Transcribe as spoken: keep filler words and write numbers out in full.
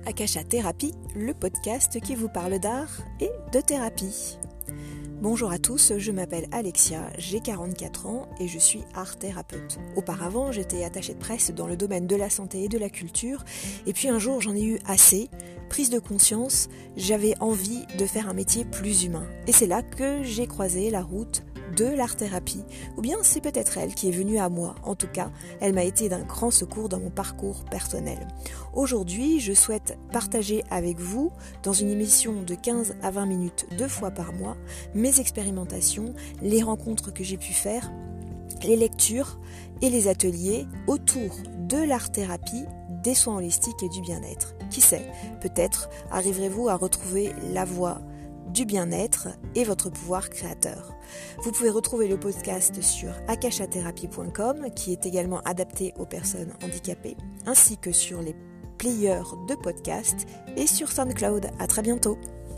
Akasha Thérapie, le podcast qui vous parle d'art et de thérapie. Bonjour à tous, je m'appelle Alexia, j'ai quarante-quatre ans et je suis art thérapeute. Auparavant, j'étais attachée de presse dans le domaine de la santé et de la culture, et puis un jour j'en ai eu assez, prise de conscience, j'avais envie de faire un métier plus humain. Et c'est là que j'ai croisé la route de l'art-thérapie, ou bien c'est peut-être elle qui est venue à moi. En tout cas, elle m'a été d'un grand secours dans mon parcours personnel. Aujourd'hui, je souhaite partager avec vous, dans une émission de quinze à vingt minutes deux fois par mois, mes expérimentations, les rencontres que j'ai pu faire, les lectures et les ateliers autour de l'art-thérapie, des soins holistiques et du bien-être. Qui sait, peut-être arriverez-vous à retrouver la voie du bien-être et votre pouvoir créateur. Vous pouvez retrouver le podcast sur akasha thérapie point com qui est également adapté aux personnes handicapées, ainsi que sur les players de podcasts et sur SoundCloud. À très bientôt.